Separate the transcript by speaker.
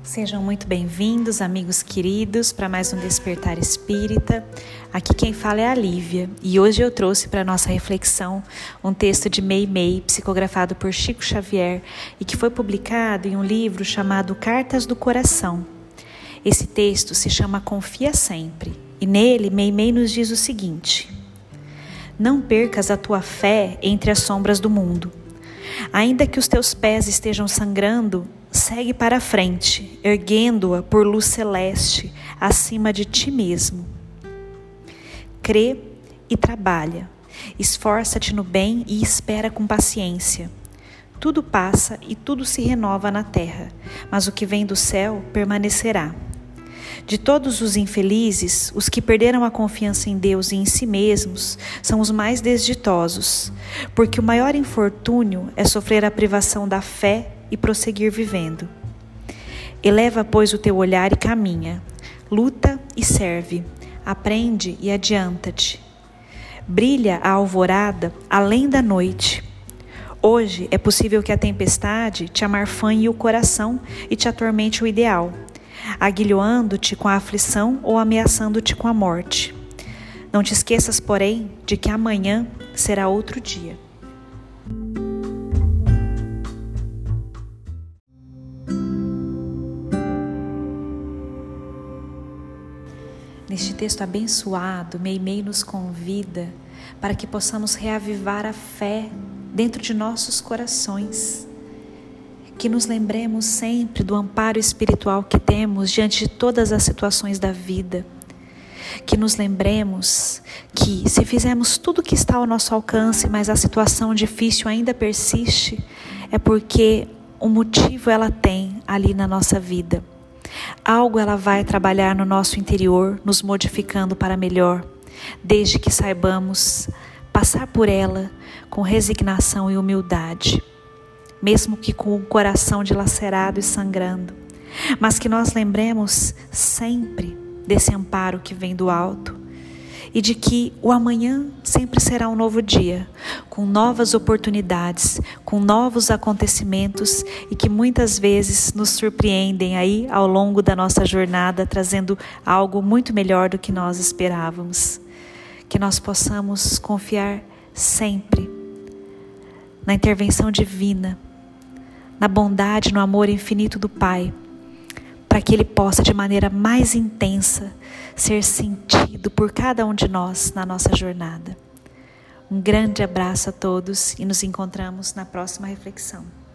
Speaker 1: Sejam muito bem-vindos, amigos queridos, para mais um Despertar Espírita. Aqui quem fala é a Lívia e hoje eu trouxe para nossa reflexão um texto de Meimei, psicografado por Chico Xavier e que foi publicado em um livro chamado Cartas do Coração. Esse texto se chama Confia Sempre e nele Meimei nos diz o seguinte: não percas a tua fé entre as sombras do mundo. Ainda que os teus pés estejam sangrando, segue para a frente, erguendo-a por luz celeste acima de ti mesmo. Crê e trabalha, esforça-te no bem e espera com paciência. Tudo passa e tudo se renova na terra, mas o que vem do céu permanecerá. De todos os infelizes, os que perderam a confiança em Deus e em si mesmos são os mais desditosos, porque o maior infortúnio é sofrer a privação da fé e prosseguir vivendo. Eleva, pois, o teu olhar e caminha, luta e serve, aprende e adianta-te. Brilha a alvorada além da noite. Hoje é possível que a tempestade te amarfanhe o coração e te atormente o ideal, aguilhoando-te com a aflição ou ameaçando-te com a morte. Não te esqueças, porém, de que amanhã será outro dia. Neste texto abençoado, Meimei nos convida para que possamos reavivar a fé dentro de nossos corações. Que nos lembremos sempre do amparo espiritual que temos diante de todas as situações da vida. Que nos lembremos que se fizermos tudo o que está ao nosso alcance, mas a situação difícil ainda persiste, é porque um motivo ela tem ali na nossa vida. Algo ela vai trabalhar no nosso interior, nos modificando para melhor, desde que saibamos passar por ela com resignação e humildade. Mesmo que com o coração dilacerado e sangrando, mas que nós lembremos sempre desse amparo que vem do alto e de que o amanhã sempre será um novo dia, com novas oportunidades, com novos acontecimentos e que muitas vezes nos surpreendem aí ao longo da nossa jornada, trazendo algo muito melhor do que nós esperávamos. Que nós possamos confiar sempre na intervenção divina, na bondade, no amor infinito do Pai, para que Ele possa de maneira mais intensa ser sentido por cada um de nós na nossa jornada. Um grande abraço a todos e nos encontramos na próxima reflexão.